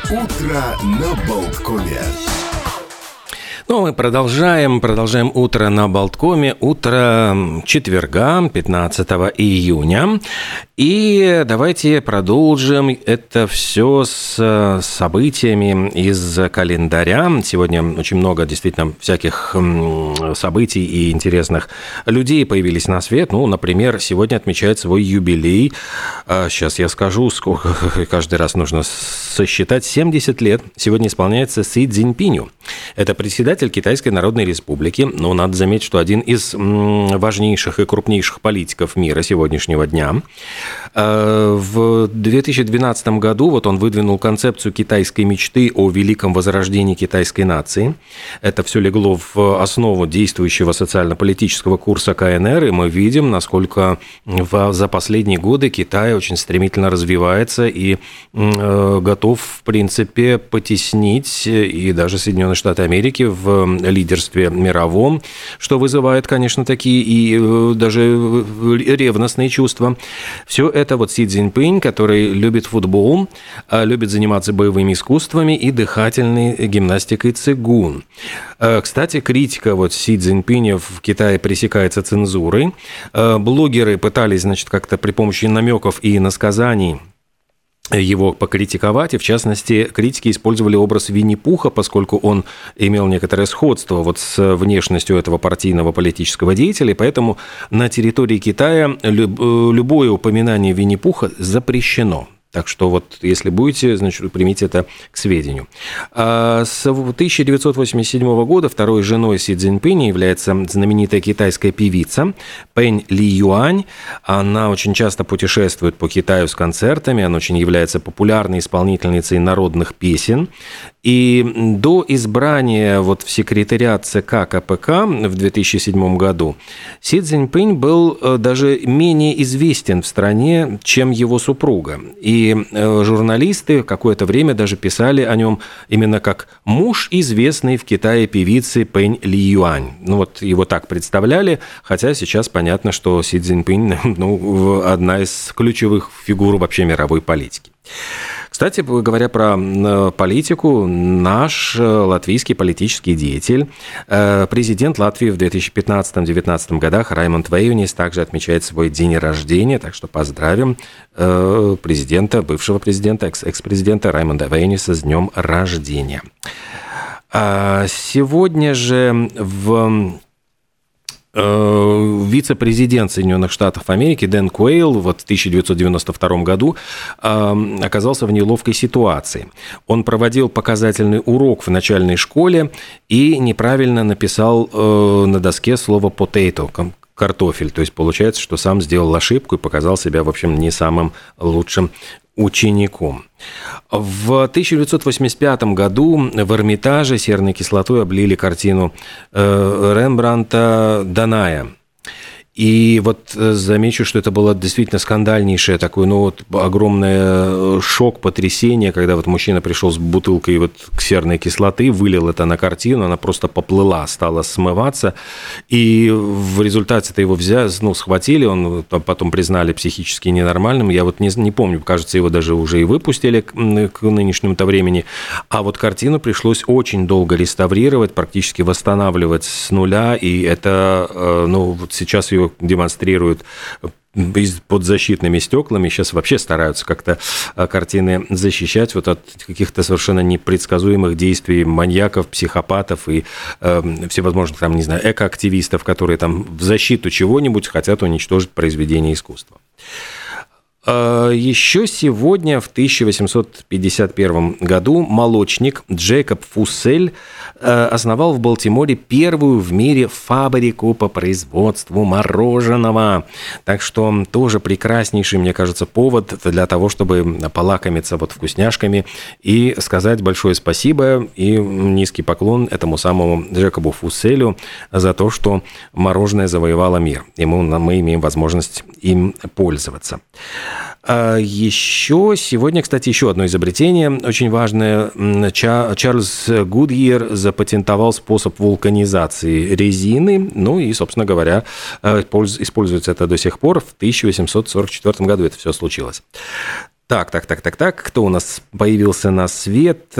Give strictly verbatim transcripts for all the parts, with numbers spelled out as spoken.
Утро на Болткоме. Ну, мы продолжаем, продолжаем утро на Болткоме, утро четверга, пятнадцатого июня. И давайте продолжим это все с событиями из календаря. Сегодня очень много действительно всяких событий и интересных людей появились на свет. Ну, например, сегодня отмечает свой юбилей. Сейчас я скажу, сколько каждый раз нужно сосчитать. семьдесят лет сегодня исполняется Си Цзиньпиню. Это председатель Китайской Народной Республики. Но надо заметить, что один из важнейших и крупнейших политиков мира сегодняшнего дня. В две тысячи двенадцатом году вот он выдвинул концепцию китайской мечты о великом возрождении китайской нации. Это все легло в основу действующего социально-политического курса ка эн эр, и мы видим, насколько за последние годы Китай очень стремительно развивается и готов, в принципе, потеснить и даже Соединенные Штаты Америки в лидерстве мировом, что вызывает, конечно, такие и даже ревностные чувства. Все это вот Си Цзиньпинь, который любит футбол, любит заниматься боевыми искусствами и дыхательной гимнастикой цигун. Кстати, критика вот Си Цзиньпиня в Китае пресекается цензурой. Блогеры пытались, значит, как-то при помощи намеков и иносказаний его покритиковать, и в частности критики использовали образ Винни-Пуха, поскольку он имел некоторое сходство вот с внешностью этого партийного политического деятеля, и поэтому на территории Китая любое упоминание Винни-Пуха запрещено. Так что вот, если будете, значит, примите это к сведению. С тысяча девятьсот восемьдесят седьмого года второй женой Си Цзиньпиня является знаменитая китайская певица Пэнь Ли Юань. Она очень часто путешествует по Китаю с концертами, она очень является популярной исполнительницей народных песен. И до избрания вот в секретариат ЦК ка пэ ка в две тысячи седьмом году Си Цзиньпинь был даже менее известен в стране, чем его супруга. И И журналисты какое-то время даже писали о нем именно как муж известной в Китае певицы Пэнь Ли Юань. Ну вот его так представляли, хотя сейчас понятно, что Си Цзиньпинь ну, одна из ключевых фигур вообще мировой политики. Кстати, говоря про политику, наш латвийский политический деятель, президент Латвии в две тысячи пятнадцатом — две тысячи девятнадцатом годах Раймондс Вейюнис также отмечает свой день рождения, так что поздравим президента, бывшего президента, экс-президента Раймонда Вейюниса с днем рождения. Сегодня же в... вице-президент Соединенных Штатов Америки Дэн Куэйл вот в тысяча девятьсот девяносто втором году оказался в неловкой ситуации. Он проводил показательный урок в начальной школе и неправильно написал на доске слово «potato», картофель. То есть получается, что сам сделал ошибку и показал себя, в общем, не самым лучшим учеником. В тысяча девятьсот восемьдесят пятом году в Эрмитаже серной кислотой облили картину Рембрандта «Даная». И вот замечу, что это было действительно скандальнейшее такое, ну вот огромный шок, потрясение, когда вот мужчина пришел с бутылкой вот серной кислоты, вылил это на картину, она просто поплыла, стала смываться, и в результате это его взяли, ну, схватили, он потом признали психически ненормальным, я вот не, не помню, кажется, его даже уже и выпустили к, к нынешнему-то времени, а вот картину пришлось очень долго реставрировать, практически восстанавливать с нуля, и это, ну, вот сейчас ее демонстрируют под защитными стеклами. Сейчас вообще стараются как-то картины защищать вот от каких-то совершенно непредсказуемых действий маньяков, психопатов и э, всевозможных, там, не знаю, экоактивистов, которые там в защиту чего-нибудь хотят уничтожить произведение искусства. Еще сегодня, в тысяча восемьсот пятьдесят первом году, молочник Джейкоб Фуссель основал в Балтиморе первую в мире фабрику по производству мороженого. Так что тоже прекраснейший, мне кажется, повод для того, чтобы полакомиться вот вкусняшками и сказать большое спасибо и низкий поклон этому самому Джейкобу Фусселю за то, что мороженое завоевало мир. И мы, мы имеем возможность им пользоваться. Еще сегодня, кстати, еще одно изобретение очень важное. Чарльз Гудьер запатентовал способ вулканизации резины. Ну и, собственно говоря, используется это до сих пор. В тысяча восемьсот сорок четвёртом году это все случилось. Так, так, так, так, так. Кто у нас появился на свет?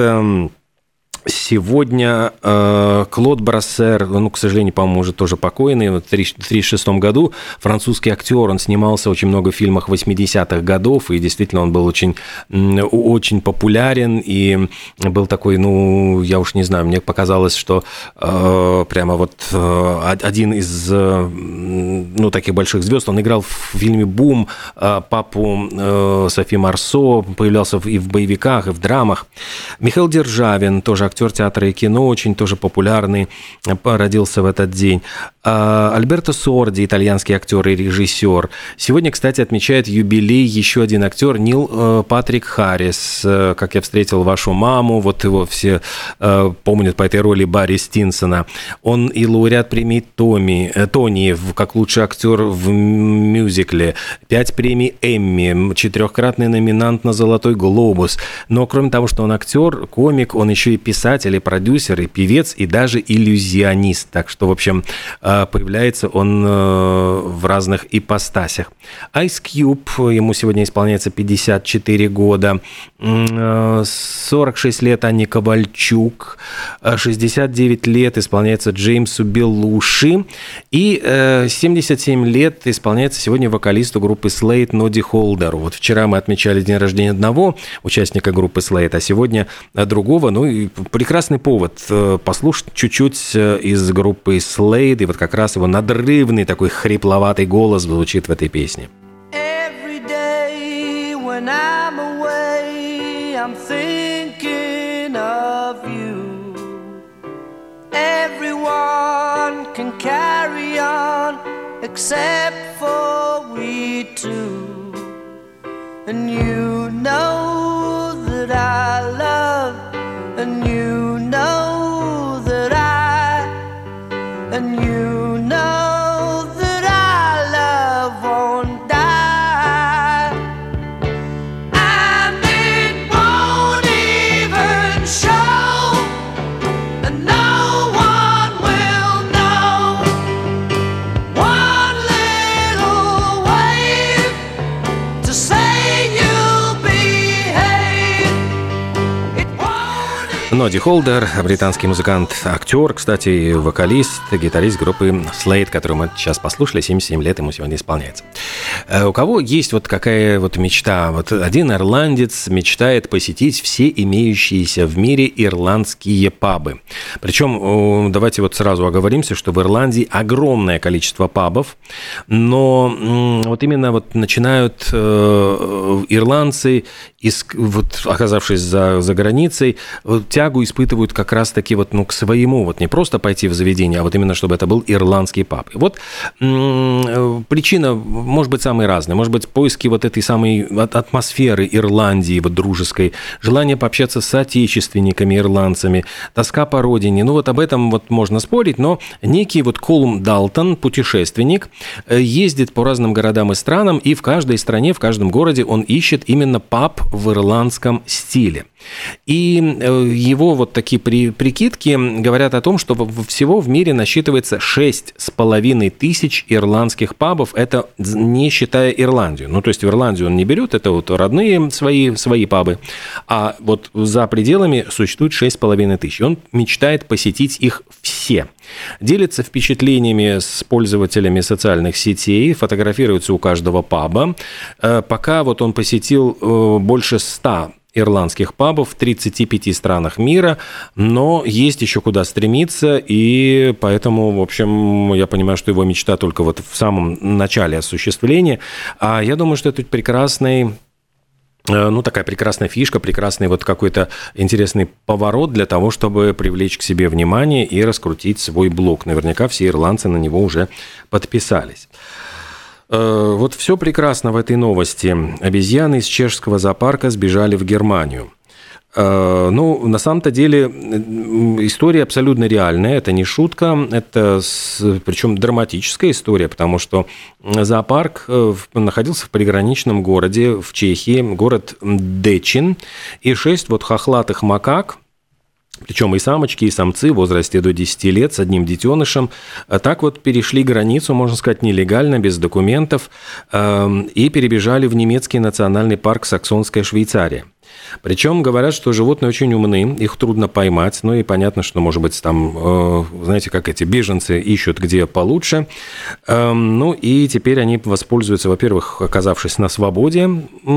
Сегодня э, Клод Брассер, ну, к сожалению, по-моему, уже тоже покойный, в тысяча девятьсот тридцать шестом году, французский актер, он снимался очень много в фильмах восьмидесятых годов, и действительно он был очень, очень популярен, и был такой, ну, я уж не знаю, мне показалось, что э, прямо вот э, один из, э, ну, таких больших звезд, он играл в фильме «Бум», э, папу э, Софи Марсо, появлялся и в боевиках, и в драмах. Михаил Державин, тоже актер театра и кино, очень тоже популярный, родился в этот день. Альберто Сорди, итальянский актер и режиссер. Сегодня, кстати, отмечает юбилей еще один актер, Нил Патрик Харрис. «Как я встретил вашу маму», вот его все помнят по этой роли Барри Стинсона. Он и лауреат премии Томи, Тони, как лучший актер в мюзикле, пять премий Эмми, четырехкратный номинант на «Золотой глобус». Но кроме того, что он актер, комик, он еще и писатель, и продюсер, и певец, и даже иллюзионист. Так что, в общем, появляется он в разных ипостасях. Ice Cube, ему сегодня исполняется пятьдесят четыре года. сорок шесть лет Анне Ковальчук. шестьдесят девять лет исполняется Джеймсу Белуши. И семьдесят семь лет исполняется сегодня вокалисту группы Slade Ноди Холдеру. Вот вчера мы отмечали день рождения одного участника группы Slade, а сегодня другого. Ну и прекрасный повод послушать чуть-чуть из группы Slade, и вот как раз его надрывный такой хрипловатый голос звучит в этой песне. Every day when I'm away, I'm thinking of you. Everyone can carry on except for we two. And you know that I love, and you know that I, and you know that our love won't die, and it won't even show, and no one will know. One little wave to say you'll behave. It won't even... Ноди Холдер, британский музыкант, актер, кстати, вокалист, гитарист группы Slade, которую мы сейчас послушали, семьдесят семь лет ему сегодня исполняется. У кого есть вот какая вот мечта? Вот один ирландец мечтает посетить все имеющиеся в мире ирландские пабы. Причем, давайте вот сразу оговоримся, что в Ирландии огромное количество пабов, но вот именно вот начинают ирландцы, вот, оказавшись за, за границей, тягу испытывают как раз-таки вот, ну, к своему, вот не просто пойти в заведение, а вот именно, чтобы это был ирландский паб. И вот м- причина может быть самой разной. Может быть, поиски вот этой самой атмосферы Ирландии, вот дружеской, желание пообщаться с соотечественниками ирландцами, тоска по родине. Ну, вот об этом вот можно спорить, но некий вот Колум Далтон, путешественник, ездит по разным городам и странам, и в каждой стране, в каждом городе он ищет именно паб в ирландском стиле. И его вот такие прикидки говорят о том, что всего в мире насчитывается шесть с половиной тысяч ирландских пабов, это не считая Ирландию. Ну, то есть в Ирландию он не берет, это вот родные свои, свои пабы, а вот за пределами существует шесть с половиной тысяч. Он мечтает посетить их все. Делится впечатлениями с пользователями социальных сетей, фотографируется у каждого паба. Пока вот он посетил больше ста ирландских пабов в тридцати пяти странах мира, но есть еще куда стремиться, и поэтому, в общем, я понимаю, что его мечта только вот в самом начале осуществления, а я думаю, что это прекрасный, ну, такая прекрасная фишка, прекрасный вот какой-то интересный поворот для того, чтобы привлечь к себе внимание и раскрутить свой блог. Наверняка все ирландцы на него уже подписались. Вот все прекрасно в этой новости. Обезьяны из чешского зоопарка сбежали в Германию. Ну, на самом-то деле история абсолютно реальная, это не шутка, это причем драматическая история, потому что зоопарк находился в приграничном городе в Чехии, город Дечин, и шесть вот хохлатых макак Причем и самочки, и самцы в возрасте до десяти лет с одним детенышем так вот перешли границу, можно сказать, нелегально, без документов, и перебежали в немецкий национальный парк Саксонская Швейцария. Причем говорят, что животные очень умны, их трудно поймать, ну и понятно, что, может быть, там, знаете, как эти беженцы ищут где получше. Ну и теперь они воспользуются, во-первых, оказавшись на свободе,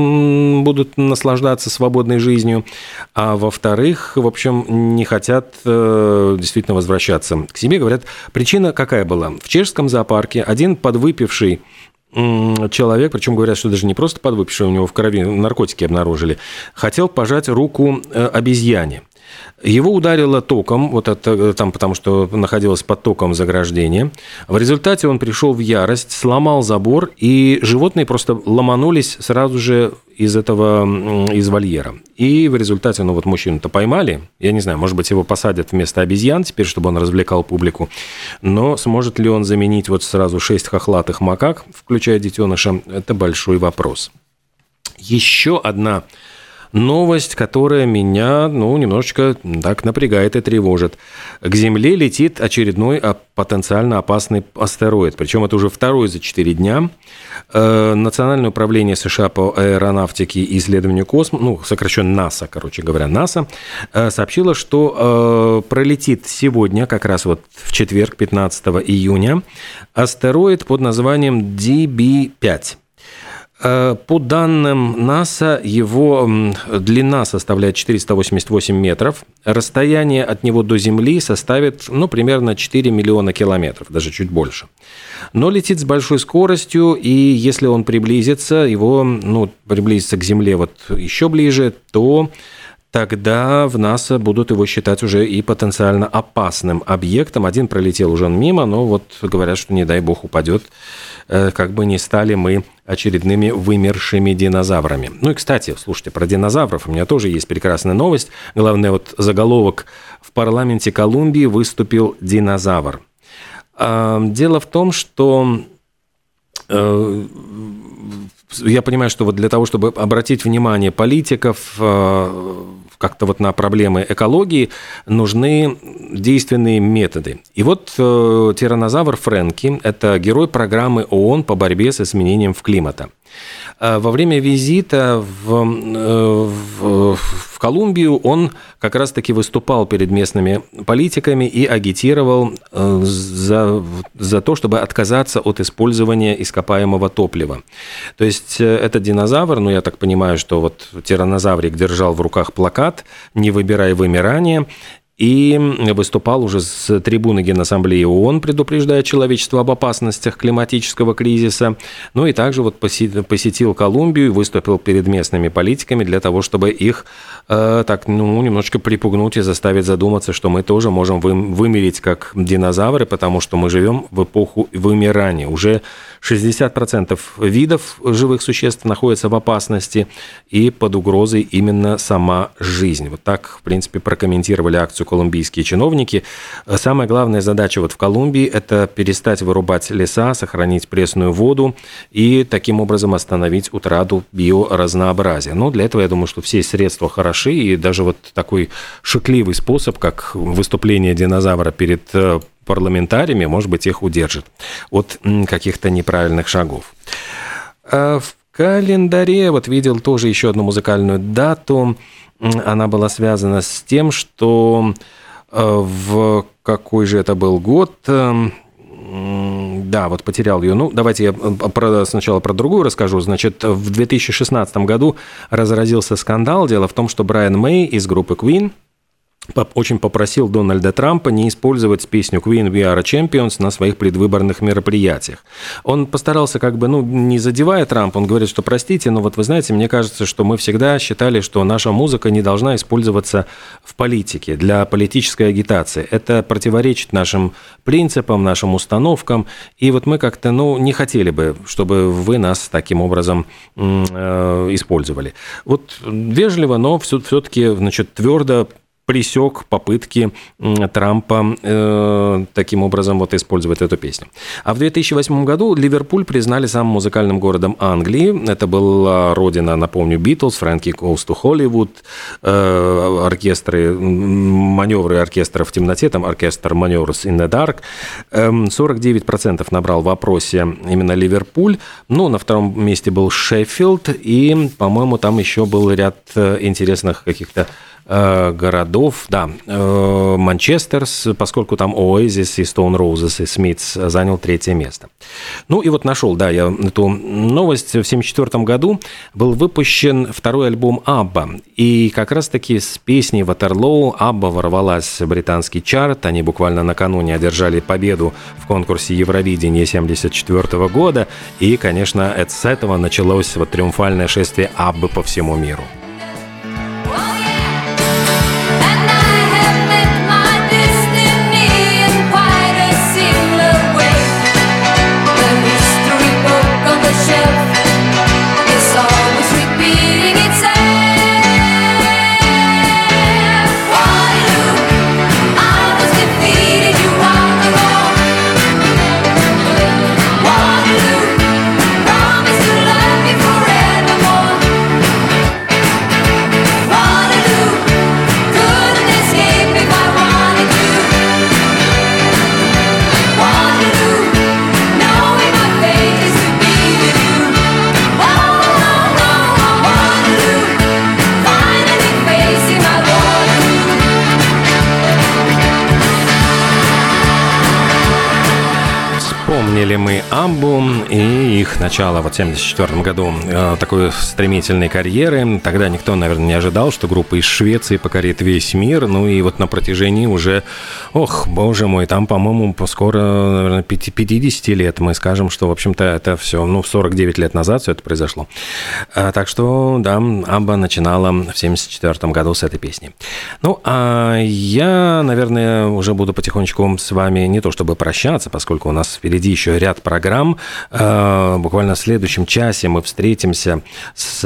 будут наслаждаться свободной жизнью, а во-вторых, в общем, не хотят действительно возвращаться к себе. Говорят, причина какая была? В чешском зоопарке один подвыпивший человек, причем говорят, что даже не просто подвыпивший, у него в крови наркотики обнаружили, хотел пожать руку обезьяне. Его ударило током, вот это, там, потому что находилось под током заграждения. В результате он пришел в ярость, сломал забор, и животные просто ломанулись сразу же из этого, из вольера. И в результате, ну вот мужчину-то поймали, я не знаю, может быть, его посадят вместо обезьян теперь, чтобы он развлекал публику, но сможет ли он заменить вот сразу шесть хохлатых макак, включая детеныша, это большой вопрос. Еще одна новость, которая меня, ну, немножечко так напрягает и тревожит. К Земле летит очередной потенциально опасный астероид. Причем это уже второй за четыре дня. Национальное управление США по аэронавтике и исследованию космоса, ну, сокращенно НАСА, короче говоря, НАСА, сообщило, что пролетит сегодня, как раз вот в четверг, пятнадцатого июня, астероид под названием ди би пять. По данным НАСА, его длина составляет четыреста восемьдесят восемь метров, расстояние от него до Земли составит, ну, примерно четыре миллиона километров, даже чуть больше. Но летит с большой скоростью, и если он приблизится, его, ну, приблизится к Земле вот еще ближе, то тогда в НАСА будут его считать уже и потенциально опасным объектом. Один пролетел уже мимо, но вот говорят, что, не дай бог, упадет, как бы не стали мы очередными вымершими динозаврами. Ну и, кстати, слушайте, про динозавров у меня тоже есть прекрасная новость. Главное, вот заголовок: в парламенте Колумбии выступил динозавр. Дело в том, что я понимаю, что вот для того, чтобы обратить внимание политиков как-то вот на проблемы экологии, нужны действенные методы. И вот э, тираннозавр Фрэнки – это герой программы ООН по борьбе с изменением климата. Во время визита в, в, в Колумбию он как раз-таки выступал перед местными политиками и агитировал за, за то, чтобы отказаться от использования ископаемого топлива. То есть этот динозавр, ну я так понимаю, что вот тираннозаврик держал в руках плакат «Не выбирай вымирание», и выступал уже с трибуны Генассамблеи ООН, предупреждая человечество об опасностях климатического кризиса. Ну и также вот посетил Колумбию и выступил перед местными политиками для того, чтобы их э, так, ну, немножечко припугнуть и заставить задуматься, что мы тоже можем вы, вымереть как динозавры, потому что мы живем в эпоху вымирания. Уже шестьдесят процентов видов живых существ находятся в опасности, и под угрозой именно сама жизнь. Вот так, в принципе, прокомментировали акцию колумбийские чиновники. Самая главная задача вот в Колумбии – это перестать вырубать леса, сохранить пресную воду и таким образом остановить утрату биоразнообразия. Но для этого, я думаю, что все средства хороши, и даже вот такой шутливый способ, как выступление динозавра перед парламентариями, может быть, их удержит от каких-то неправильных шагов. В календаре вот видел тоже еще одну музыкальную дату. Она была связана с тем, что в какой же это был год... Да, вот потерял ее. Ну, давайте я про, сначала про другую расскажу. Значит, в две тысячи шестнадцатом году разразился скандал. Дело в том, что Брайан Мэй из группы Queen очень попросил Дональда Трампа не использовать песню Queen We Are Champions на своих предвыборных мероприятиях. Он постарался как бы, ну, не задевая Трампа, он говорит, что простите, но вот вы знаете, мне кажется, что мы всегда считали, что наша музыка не должна использоваться в политике, для политической агитации. Это противоречит нашим принципам, нашим установкам, и вот мы как-то, ну, не хотели бы, чтобы вы нас таким образом э, использовали. Вот вежливо, но все-таки, значит, твердо пресек попытки Трампа э, таким образом вот использовать эту песню. А в две тысячи восьмом году Ливерпуль признали самым музыкальным городом Англии. Это была родина, напомню, Битлз, Фрэнки Goes to Hollywood, э, оркестры, маневры оркестра в темноте, там оркестр Maneuvers in the Dark. Э, сорок девять процентов набрал в вопросе именно Ливерпуль. Ну, на втором месте был Шеффилд, и, по-моему, там еще был ряд интересных каких-то городов, да, Манчестер, поскольку там Oasis и Stone Roses и Smiths занял третье место. Ну и вот нашел, да, я эту новость. В семьдесят четвёртом году был выпущен второй альбом Абба, и как раз-таки с песней Waterloo Абба ворвалась в британский чарт. Они буквально накануне одержали победу в конкурсе Евровидения семьдесят четвёртого года, и, конечно, с этого началось вот триумфальное шествие Аббы по всему миру. Помнили мы Аббу и их начало вот в семьдесят четвёртом году такой стремительной карьеры. Тогда никто, наверное, не ожидал, что группа из Швеции покорит весь мир. Ну и вот на протяжении уже, ох, боже мой, там, по-моему, скоро, наверное, пятьдесят лет мы скажем, что, в общем-то, это все, ну, сорок девять лет назад все это произошло. Так что, да, Абба начинала в семьдесят четвёртом году с этой песни. Ну, а я, наверное, уже буду потихонечку с вами не то чтобы прощаться, поскольку у нас впереди еще ряд программ. Буквально в следующем часе мы встретимся с...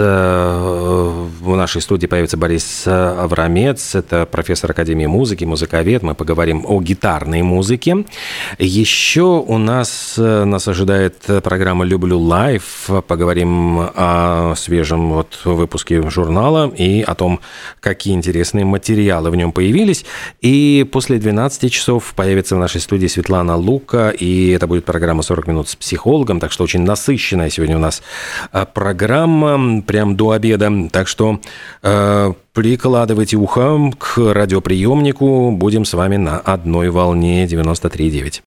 В нашей студии появится Борис Аврамец, это профессор Академии музыки, музыковед. Мы поговорим о гитарной музыке. Еще у нас, нас ожидает программа «Люблю лайв». Поговорим о свежем вот выпуске журнала и о том, какие интересные материалы в нем появились. И после двенадцати часов появится в нашей студии Светлана Лука, и это будет программа «сорок минут с психологом», так что очень насыщенная сегодня у нас программа, прям до обеда. Так что э, прикладывайте ухо к радиоприемнику, будем с вами на одной волне девяносто три и девять.